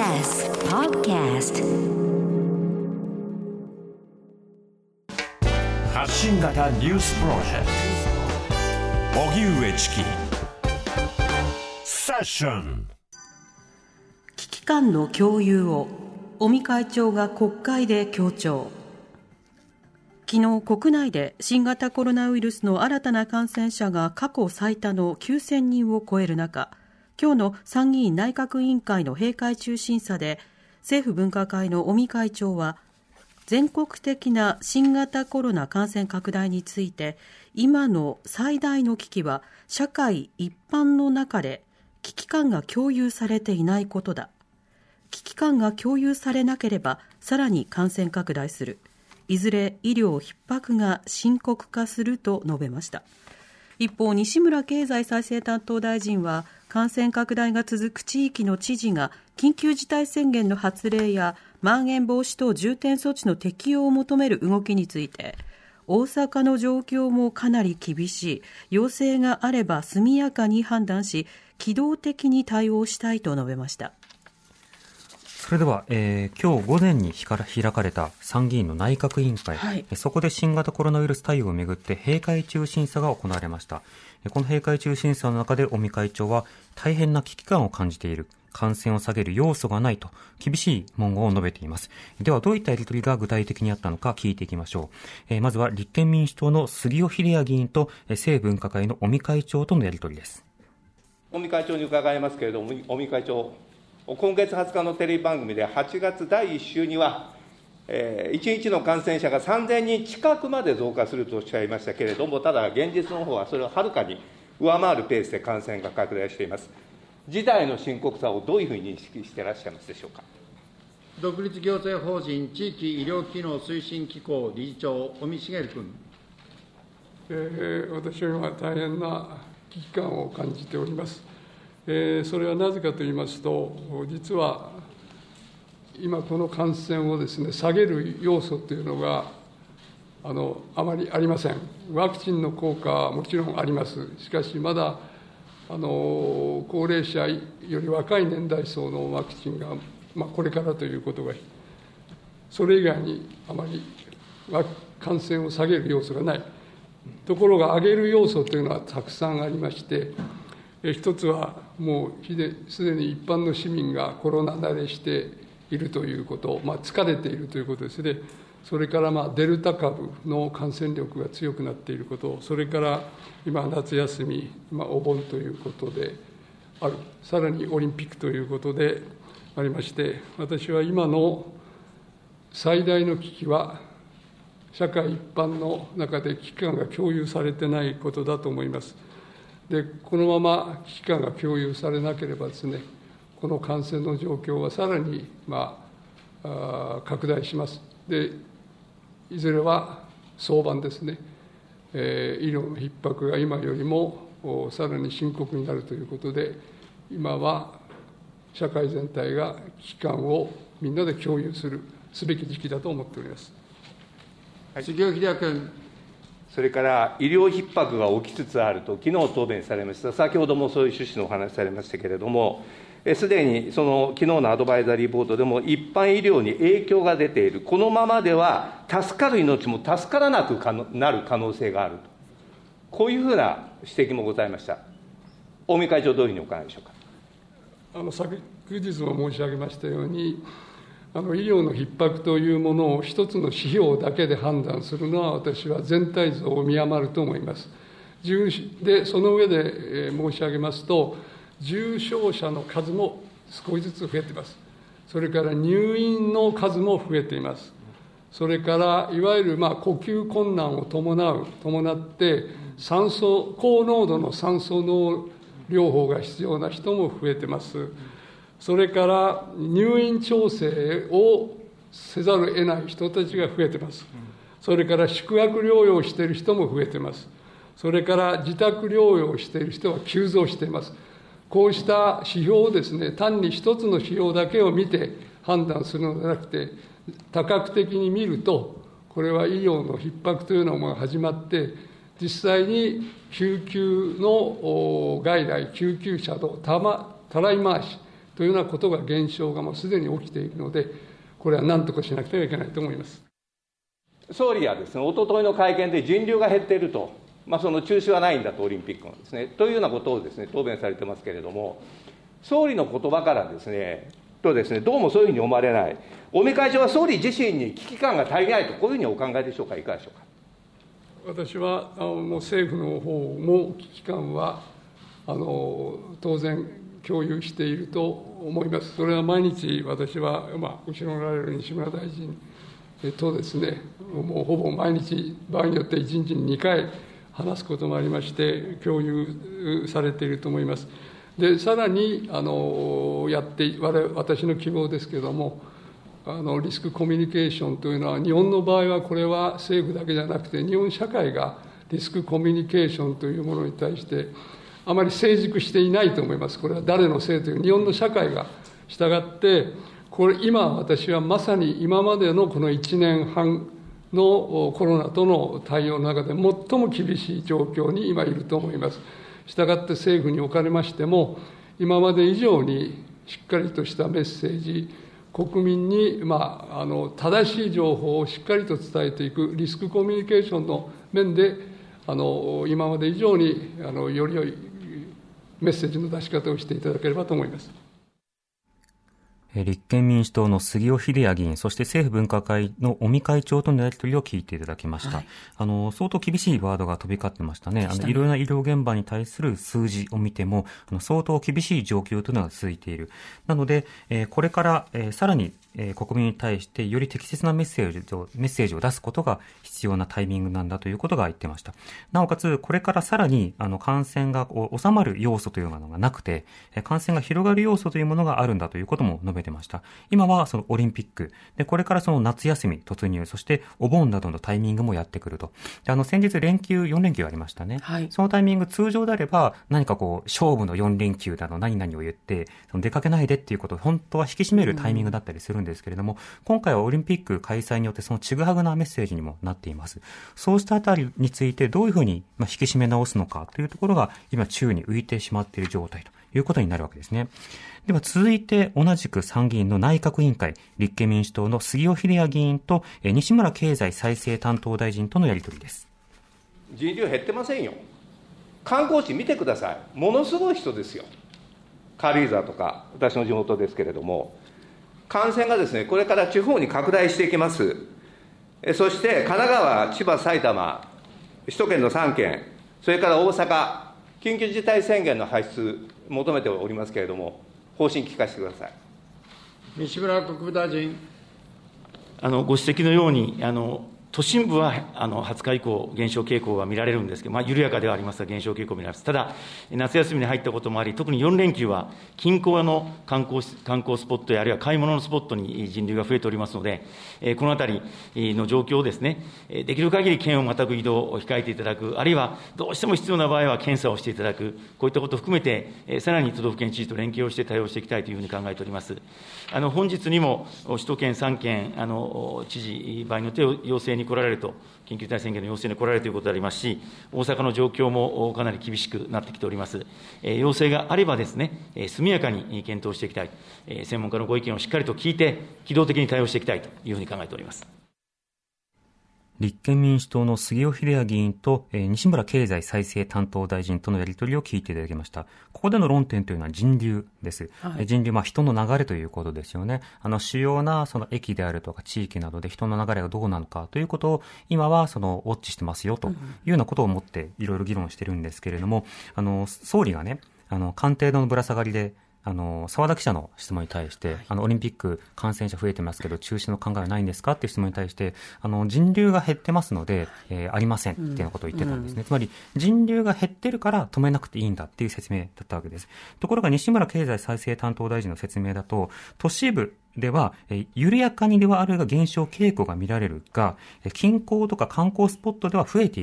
TBS Podcast 発信型ニュースプロジェクト荻上チキセッション。 危機感の共有を尾身会長が国会で強調。昨日国内で新型コロナウイルスの新たな感染者が過去最多の9000人を超える中、今日の参議院内閣委員会の閉会中審査で政府分科会の尾身会長は、全国的な新型コロナ感染拡大について、今の最大の危機は社会一般の中で危機感が共有されていないことだ。危機感が共有されなければさらに感染拡大する。いずれ医療逼迫が深刻化すると述べました。一方、西村経済再生担当大臣は、感染拡大が続く地域の知事が緊急事態宣言の発令やまん延防止等重点措置の適用を求める動きについて、大阪の状況もかなり厳しい、要請があれば速やかに判断し機動的に対応したいと述べました。 それでは、今日午前に開かれた参議院の内閣委員会、そこで新型コロナウイルス対応をめぐって閉会中審査が行われました。この閉会中審査の中で尾身会長は、大変な危機感を感じている、感染を下げる要素がないと厳しい文言を述べています。ではどういったやり取りが具体的にあったのか聞いていきましょう。まずは立憲民主党の杉尾秀哉議員と政分科会の尾身会長とのやり取りです。 尾身会長に伺いますけれども、尾身会長、今月20日のテレビ番組で8月第1週には、1日の感染者が3000人近くまで増加するとおっしゃいましたけれども、ただ現実の方はそれをはるかに上回るペースで感染が拡大しています。事態の深刻さをどういうふうに認識していらっしゃいますでしょうか。 独立行政法人地域医療機能推進機構理事長、尾身茂君。 私は今、大変な危機感を感じております。それはなぜかといいますと、実は今、この感染をですね、下げる要素というのがあまりありません。ワクチンの効果はもちろんあります。しかし、まだ高齢者より若い年代層のワクチンが、これからということが、それ以外にあまり感染を下げる要素がない。ところが、上げる要素というのはたくさんありまして、一つはもうすでに一般の市民がコロナ慣れしているということ、疲れているということですね。それからデルタ株の感染力が強くなっていること、それから今、夏休み、お盆ということである、さらにオリンピックということでありまして、私は今の最大の危機は、社会一般の中で危機感が共有されてないことだと思います。で、このまま危機感が共有されなければですね、この感染の状況はさらに拡大します。で、いずれは早晩ですね、医療の逼迫が今よりもさらに深刻になるということで、今は社会全体が危機感をみんなで共有すべき時期だと思っております。 杉尾秀哉君。 それから医療逼迫が起きつつあると、昨日答弁されました、先ほどもそういう趣旨のお話されましたけれども、すでに昨日のアドバイザリーボードでも、一般医療に影響が出ている、このままでは助かる命も助からなくなる可能性があると、こういうふうな指摘もございました。尾身会長、どういうふうにお考えでしょうか。 昨日も申し上げましたように、医療の逼迫というものを一つの指標だけで判断するのは、私は全体像を見余ると思います。で、その上で申し上げますと、重症者の数も少しずつ増えています。それから入院の数も増えています。それからいわゆる呼吸困難を伴って高濃度の酸素療法が必要な人も増えています。それから入院調整をせざるを得ない人たちが増えています。それから宿泊療養している人も増えています。それから自宅療養している人は急増しています。こうした指標をですね、単に一つの指標だけを見て判断するのではなくて、多角的に見ると、これは医療の逼迫というのが始まって、実際に救急の外来、救急車のたらい回しというようなことが現象がもうすでに起きているので、これは何とかしなくてはいけないと思います。 総理はですね、おとといの会見で人流が減っていると、その中止はないんだと、オリンピックのですね、というようなことをですね、答弁されてますけれども、総理の言葉からですね、どうもそういうふうに思われない、尾身会長は総理自身に危機感が足りないと、こういうふうにお考えでしょうか、いかがでしょうか。 私はもう政府の方も危機感は当然共有していると思います。それは毎日私は、後ろにおられる西村大臣とですね、もうほぼ毎日、場合によって1日に2回話すこともありまして、共有されていると思います。で、さらに私の希望ですけれども、リスクコミュニケーションというのは、日本の場合はこれは政府だけじゃなくて、日本社会がリスクコミュニケーションというものに対して、あまり成熟していないと思います。これは誰のせいという、日本の社会が従って、今、私はまさに今までのこの1年半のコロナとの対応の中で最も厳しい状況に今いると思います。したがって政府におかれましても、今まで以上にしっかりとしたメッセージ、国民に、正しい情報をしっかりと伝えていく、リスクコミュニケーションの面で、今まで以上により良いメッセージの出し方をしていただければと思います。 立憲民主党の杉尾秀哉議員、そして政府分科会の尾身会長とのやり取りを聞いていただきました。相当厳しいワードが飛び交ってましたね。いろいろな医療現場に対する数字を見ても、相当厳しい状況というのが続いている。なので、これから、さらに国民に対してより適切なメッセージを出すことが必要なタイミングなんだということが言ってました。なおかつ、これからさらに感染が収まる要素というものがなくて、感染が広がる要素というものがあるんだということも述べてました。今はそのオリンピックで、これからその夏休み突入、そしてお盆などのタイミングもやってくると。で、先日4連休ありましたね。そのタイミング、通常であれば何か勝負の4連休だの何々を言って出かけないでっていうことを本当は引き締めるタイミングだったりするんですけれども、今回はオリンピック開催によってそのちぐはぐなメッセージにもなっています。そうしたあたりについてどういうふうに引き締め直すのかというところが今宙に浮いてしまっている状態ということになるわけですね。では続いて同じく参議院の内閣委員会、立憲民主党の杉尾秀哉議員と西村経済再生担当大臣とのやり取りです。 人流減ってませんよ。観光地見てください。ものすごい人ですよ。軽井沢とか私の地元ですけれども、感染がですね、これから地方に拡大していきます。そして神奈川、千葉、埼玉、首都圏の3県、それから大阪、緊急事態宣言の発出求めておりますけれども、方針聞かせてください。 西村国務大臣。 ご指摘のように、都心部は20日以降、減少傾向が見られるんですけど、緩やかではありますが、減少傾向見られます。ただ、夏休みに入ったこともあり、特に4連休は、近郊の観光スポットや、あるいは買い物のスポットに人流が増えておりますので、このあたりの状況をですね、できる限り県をまたぐ移動を控えていただく、あるいはどうしても必要な場合は検査をしていただく、こういったことを含めて、さらに都道府県知事と連携をして対応していきたいというふうに考えております。本日にも首都圏3県知事、場合によって要請に来られると、緊急事態宣言の要請に来られるということでありますし、大阪の状況もかなり厳しくなってきております。要請があればですね、速やかに検討していきたい、専門家のご意見をしっかりと聞いて、機動的に対応していきたいというふうに考えております。 立憲民主党の杉尾秀哉議員と、西村経済再生担当大臣とのやり取りを聞いていただきました。ここでの論点というのは人流です。人流、人の流れということですよね。主要なその駅であるとか地域などで人の流れがどうなのかということを今はウォッチしてますよというようなことを思っていろいろ議論してるんですけれども、総理がね、官邸のぶら下がりで澤田記者の質問に対して、オリンピック感染者増えてますけど中止の考えはないんですかっていう質問に対して、人流が減ってますので、ありませんっていうようなことを言ってたんですね。つまり人流が減ってるから止めなくていいんだっていう説明だったわけです。ところが西村経済再生担当大臣の説明だと、都市部では、緩やかにではあるが減少傾向が見られるが、近郊とか観光スポットでは増えていると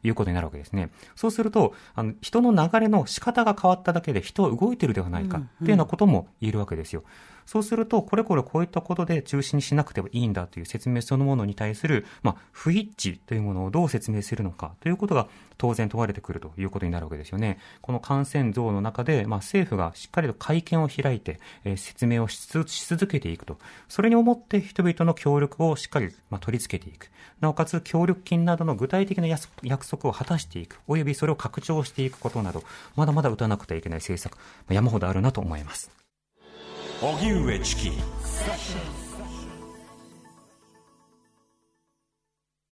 いうことになるわけですね。そうすると、人の流れの仕方が変わっただけで人は動いているではないかっていうようなことも言えるわけですよ。そうすると、これこういったことで中止にしなくてもいいんだという説明そのものに対する、不一致というものをどう説明するのかということが当然問われてくるということになるわけですよね。この感染増の中で、政府がしっかりと会見を開いて、説明をし続けていくと。それに思って人々の協力をしっかり、取り付けていく。なおかつ協力金などの具体的な約束を果たしていく。およびそれを拡張していくことなど、まだまだ打たなくてはいけない政策、山ほどあるなと思います。 荻上チキ